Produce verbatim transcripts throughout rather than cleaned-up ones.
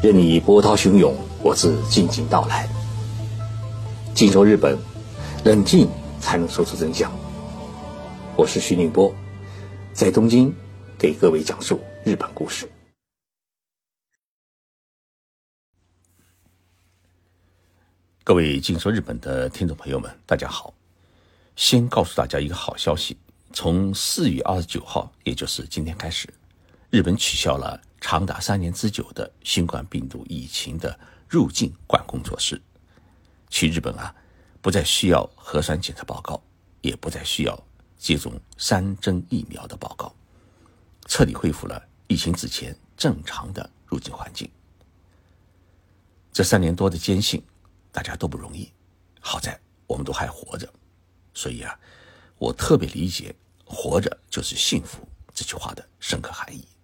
任你波涛汹涌，我自静静到来。静说日本，冷静才能说出真相。我是徐宁波，在东京给各位讲述日本故事。各位静说日本的听众朋友们，大家好。先告诉大家一个好消息，从四月二十九号，也就是今天开始，日本取消了长达三年之久的新冠病毒疫情的入境管控措施。去日本啊，不再需要核酸检测报告，也不再需要接种三针疫苗的报告，彻底恢复了疫情之前正常的入境环境。这三年多的艰辛，大家都不容易，好在我们都还活着。所以啊，我特别理解活着就是幸福这句话的深刻含义。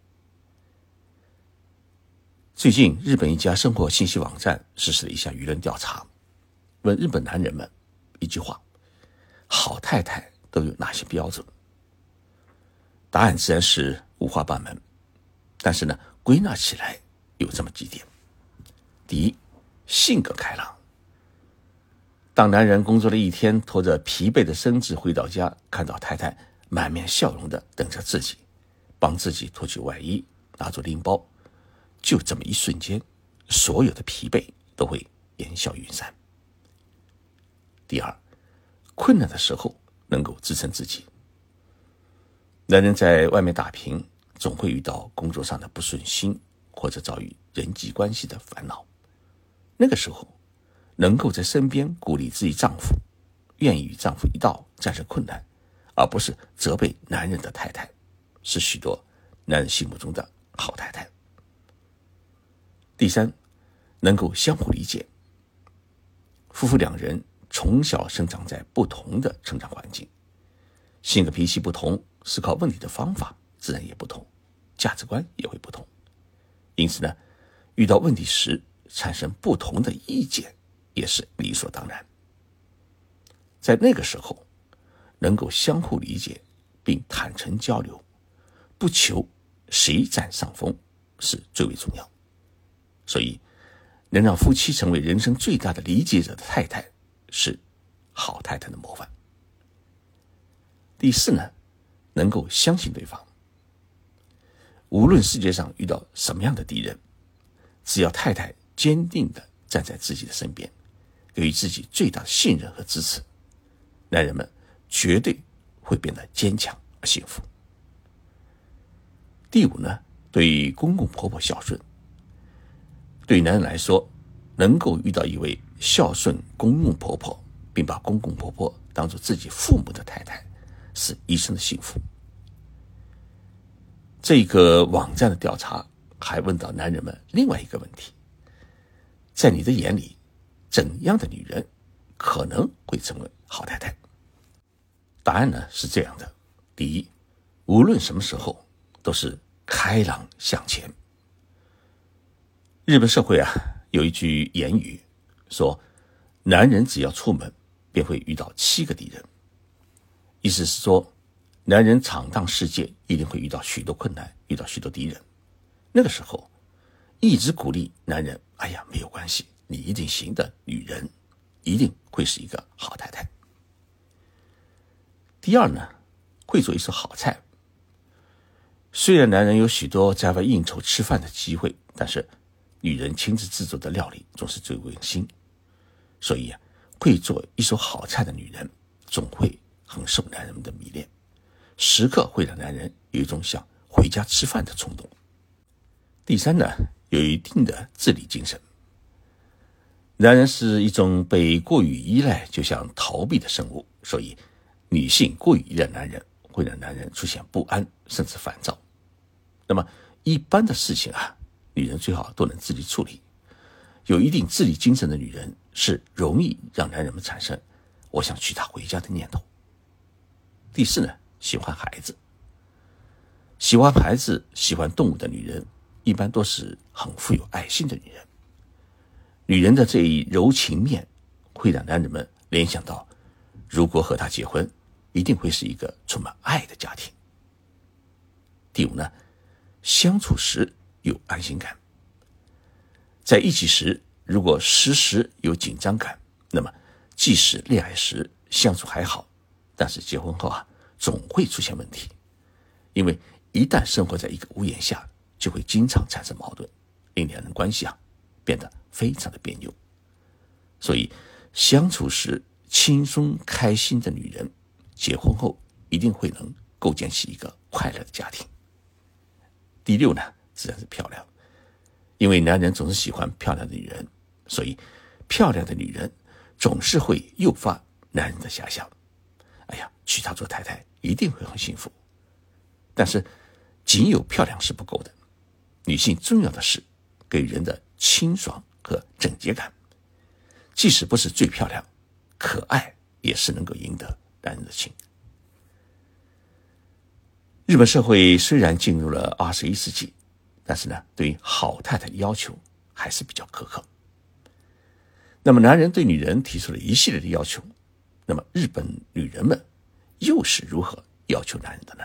最近日本一家生活信息网站实施了一项舆论调查，问日本男人们一句话：好太太都有哪些标准？答案自然是五花八门，但是呢，归纳起来有这么几点。第一，性格开朗。当男人工作了一天，拖着疲惫的身子回到家，看到太太满面笑容地等着自己，帮自己脱去外衣，拿出拎包，就这么一瞬间，所有的疲惫都会烟消云散。第二，困难的时候能够支撑自己。男人在外面打拼，总会遇到工作上的不顺心，或者遭遇人际关系的烦恼，那个时候能够在身边鼓励自己丈夫，愿意与丈夫一道战胜困难，而不是责备男人的太太，是许多男人心目中的好太太。第三，能够相互理解。夫妇两人从小生长在不同的成长环境，性格脾气不同，思考问题的方法自然也不同，价值观也会不同。因此呢，遇到问题时产生不同的意见也是理所当然。在那个时候，能够相互理解并坦诚交流，不求谁占上风是最为重要。所以能让夫妻成为人生最大的理解者的太太，是好太太的模范。第四呢，能够相信对方。无论世界上遇到什么样的敌人，只要太太坚定地站在自己的身边，给予自己最大的信任和支持，男人们绝对会变得坚强而幸福。第五呢，对公公婆婆孝顺。对男人来说，能够遇到一位孝顺公公婆婆，并把公公婆婆当作自己父母的太太，是一生的幸福。这个网站的调查还问到男人们另外一个问题：在你的眼里，怎样的女人可能会成为好太太？答案呢是这样的：第一，无论什么时候都是开朗向前。日本社会啊，有一句谚语说，男人只要出门便会遇到七个敌人。意思是说，男人闯荡世界一定会遇到许多困难，遇到许多敌人。那个时候一直鼓励男人，哎呀，没有关系，你一定行的女人一定会是一个好太太。第二呢，会做一手好菜。虽然男人有许多在外应酬吃饭的机会，但是女人亲自制作的料理总是最温馨。所以啊，会做一手好菜的女人总会很受男人们的迷恋，时刻会让男人有一种想回家吃饭的冲动。第三呢，有一定的自理精神。男人是一种被过于依赖就想逃避的生物，所以女性过于依赖男人会让男人出现不安甚至烦躁。那么一般的事情啊，女人最好都能自己处理。有一定自理精神的女人是容易让男人们产生我想娶她回家的念头。第四呢，喜欢孩子。喜欢孩子、喜欢动物的女人一般都是很富有爱心的女人。女人的这一柔情面会让男人们联想到，如果和她结婚，一定会是一个充满爱的家庭。第五呢，相处时有安心感。 在一起时如果时时有紧张感，那么即使恋爱时相处还好，但是结婚后啊，总会出现问题。因为一旦生活在一个屋檐下，就会经常产生矛盾，令两人关系啊变得非常的别扭。所以相处时轻松开心的女人，结婚后一定会能构建起一个快乐的家庭。第六呢，自然是漂亮。因为男人总是喜欢漂亮的女人，所以漂亮的女人总是会诱发男人的遐想。哎呀，娶她做太太一定会很幸福。但是仅有漂亮是不够的，女性重要的是给人的清爽和整洁感。即使不是最漂亮，可爱也是能够赢得男人的情。日本社会虽然进入了二十一世纪，但是呢，对于好太太的要求还是比较苛刻。那么男人对女人提出了一系列的要求，那么日本女人们又是如何要求男人的呢？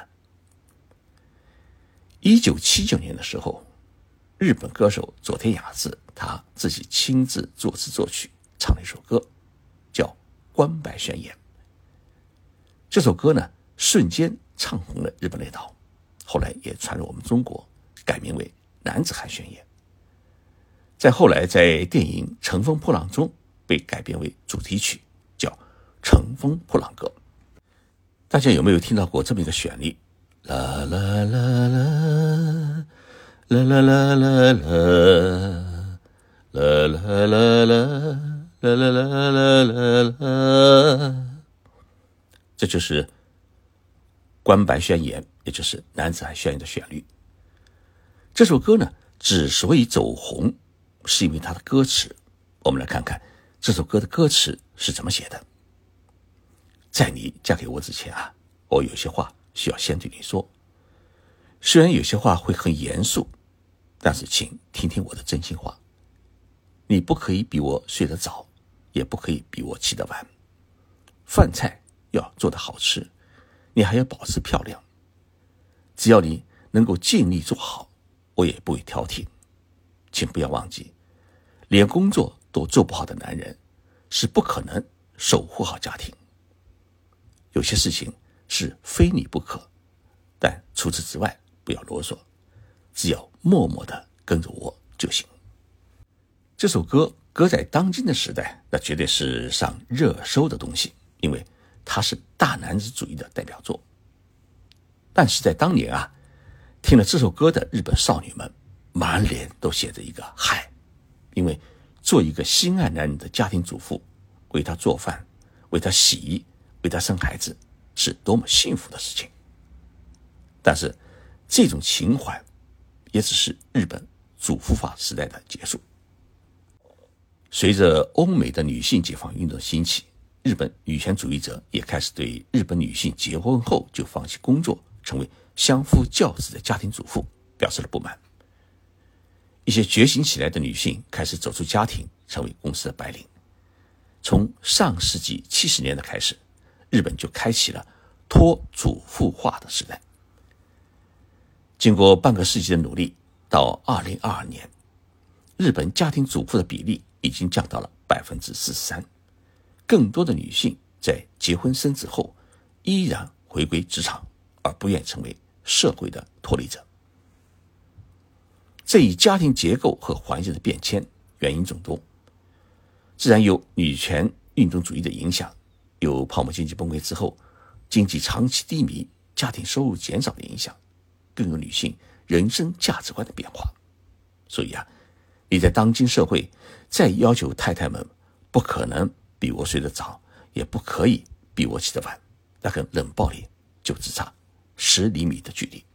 一九七九年的时候，日本歌手佐田雅治他自己亲自作词作曲唱了一首歌，叫《关白宣言》。这首歌呢，瞬间唱红了日本列岛，后来也传入我们中国，改名为《男子汉宣言》。在后来在电影《乘风破浪》中被改编为主题曲，叫《乘风破浪歌》。大家有没有听到过这么一个旋律？啦啦啦啦啦啦啦啦啦啦啦啦啦啦啦啦啦，这就是关白宣言，也就是男子汉宣言的旋律。这首歌呢，之所以走红，是因为它的歌词。我们来看看这首歌的歌词是怎么写的。在你嫁给我之前啊，我有些话需要先对你说。虽然有些话会很严肃，但是请听听我的真心话。你不可以比我睡得早，也不可以比我起得晚。饭菜要做得好吃，你还要保持漂亮。只要你能够尽力做好，我也不会挑剔。请不要忘记，连工作都做不好的男人是不可能守护好家庭。有些事情是非你不可，但除此之外不要啰嗦，只要默默地跟着我就行。这首歌搁在当今的时代，那绝对是上热搜的东西，因为它是大男子主义的代表作。但是在当年啊，听了这首歌的日本少女们满脸都写着一个嗨，因为做一个心爱男人的家庭主妇，为他做饭，为他洗衣，为他生孩子，是多么幸福的事情。但是这种情怀也只是日本主妇化时代的结束。随着欧美的女性解放运动兴起，日本女权主义者也开始对日本女性结婚后就放弃工作，成为相夫教子的家庭主妇表示了不满。一些觉醒起来的女性开始走出家庭，成为公司的白领。从上世纪七十年代开始，日本就开启了脱主妇化的时代。经过半个世纪的努力，到二零二二年，日本家庭主妇的比例已经降到了 百分之四十三。 更多的女性在结婚生子后依然回归职场，而不愿成为社会的脱离者。这一家庭结构和环境的变迁原因众多，自然有女权运动主义的影响，有泡沫经济崩溃之后经济长期低迷，家庭收入减少的影响，更有女性人生价值观的变化。所以啊，你在当今社会再要求太太们不可能比我睡得早，也不可以比我起得晚，那跟冷暴力就只差十厘米的距离。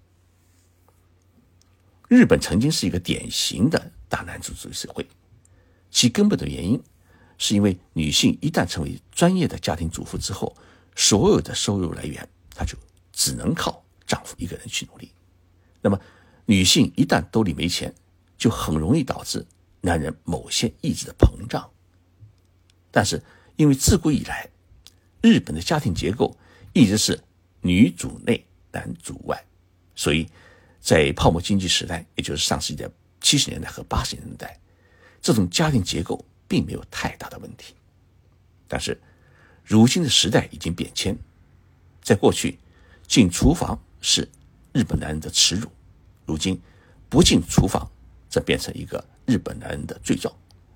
日本曾经是一个典型的大男子主义社会，其根本的原因是因为女性一旦成为专业的家庭主妇之后，所有的收入来源她就只能靠丈夫一个人去努力。那么女性一旦兜里没钱，就很容易导致男人某些意志的膨胀。但是因为自古以来日本的家庭结构一直是女主内男主外，所以在泡沫经济时代，也就是上世纪的七十年代和八十年代， 这种家庭结构并没有太大的问题。但是如今的时代已经变迁，在过去进厨房是日本男人的耻辱，如今不进厨房则变成一个日本男人的罪状。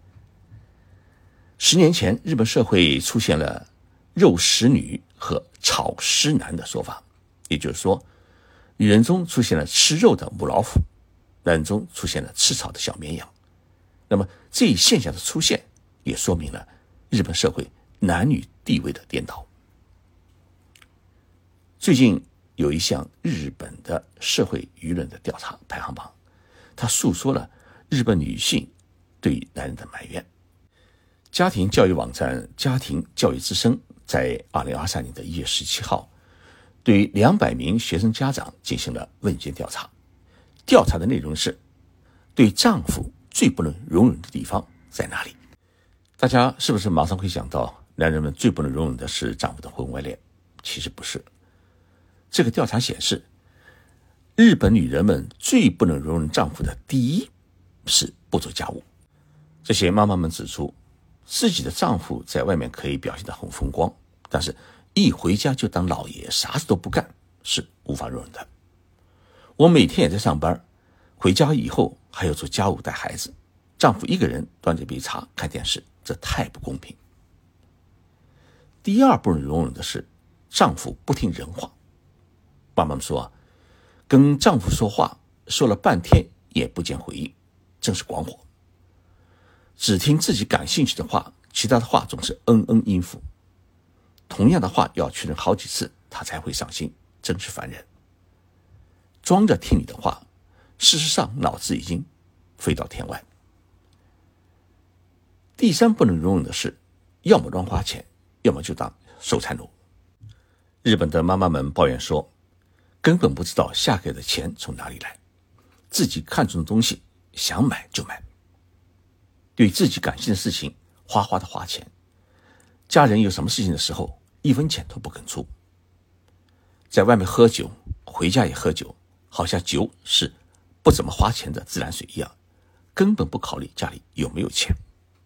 十年前，日本社会出现了肉食女和草食男的说法，也就是说，女人中出现了吃肉的母老虎，男人中出现了吃草的小绵羊。那么这一现象的出现也说明了日本社会男女地位的颠倒。最近有一项日本的社会舆论的调查排行榜，它诉说了日本女性对男人的埋怨。家庭教育网站家庭教育之声在二零二三年的一月十七号对两百名学生家长进行了问卷调查。调查的内容是，对丈夫最不能容忍的地方在哪里？大家是不是马上会想到，男人们最不能容忍的是丈夫的婚外恋？其实不是。这个调查显示，日本女人们最不能容忍丈夫的第一是不做家务。这些妈妈们指出，自己的丈夫在外面可以表现得很风光，但是一回家就当老爷，啥事都不干，是无法容忍的。我每天也在上班，回家以后还要做家务带孩子，丈夫一个人端着杯茶看电视，这太不公平。第二不能容忍的是丈夫不听人话。妈妈们说，跟丈夫说话说了半天也不见回应，真是光火。只听自己感兴趣的话，其他的话总是嗯嗯应付，同样的话要确认好几次他才会上心，真是烦人。装着听你的话，事实上脑子已经飞到天外。第三不能容忍的是，要么乱花钱，要么就当守财奴。日本的妈妈们抱怨说，根本不知道下个月的钱从哪里来，自己看中的东西想买就买，对自己感兴趣的事情哗哗的花钱，家人有什么事情的时候一分钱都不肯出。在外面喝酒，回家也喝酒，好像酒是不怎么花钱的自来水一样，根本不考虑家里有没有钱。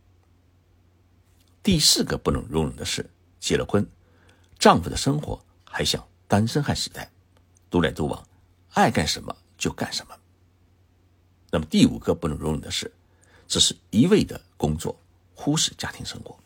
第四个不能容忍的是，结了婚，丈夫的生活还像单身汉时代，独来独往，爱干什么就干什么。那么第五个不能容忍的是，只是一味的工作，忽视家庭生活。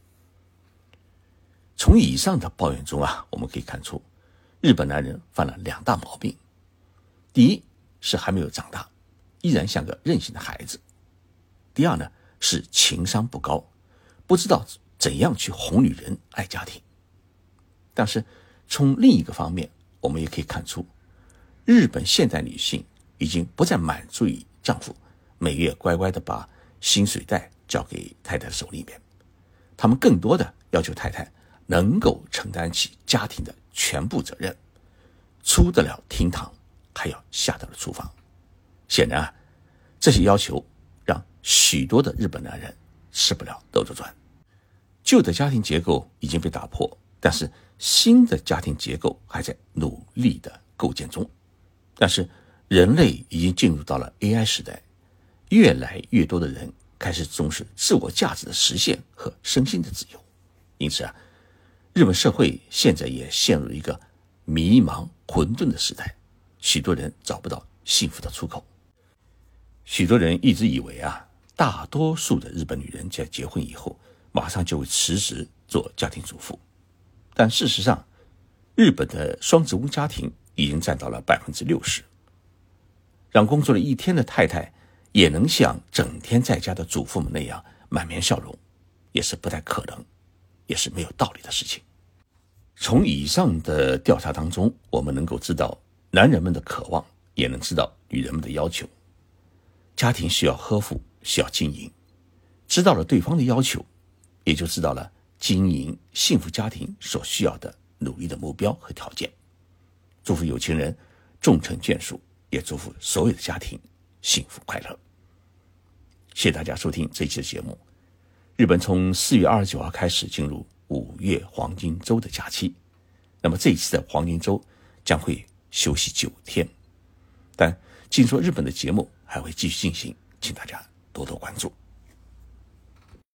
从以上的抱怨中啊，我们可以看出，日本男人犯了两大毛病。第一是还没有长大，依然像个任性的孩子。第二呢，是情商不高，不知道怎样去哄女人爱家庭。但是从另一个方面，我们也可以看出，日本现代女性已经不再满足于丈夫每月乖乖的把薪水袋交给太太的手里面，他们更多的要求太太能够承担起家庭的全部责任，出得了厅堂，还要下得了厨房。显然啊，这些要求让许多的日本男人吃不了兜着转。旧的家庭结构已经被打破，但是新的家庭结构还在努力的构建中。但是人类已经进入到了 A I 时代，越来越多的人开始重视自我价值的实现和身心的自由。因此啊，日本社会现在也陷入一个迷茫混沌的时代，许多人找不到幸福的出口。许多人一直以为啊，大多数的日本女人在结婚以后马上就会辞职做家庭主妇，但事实上，日本的双职工家庭已经占到了 百分之六十。 让工作了一天的太太也能像整天在家的主妇们那样满面笑容，也是不太可能，也是没有道理的事情。从以上的调查当中，我们能够知道男人们的渴望，也能知道女人们的要求。家庭需要呵护，需要经营，知道了对方的要求，也就知道了经营幸福家庭所需要的努力的目标和条件。祝福有情人终成眷属，也祝福所有的家庭幸福快乐。谢谢大家收听这一期的节目。日本从四月二十九号开始进入五月黄金周的假期，那么这一次的黄金周将会休息九天，但静说日本的节目还会继续进行，请大家多多关注。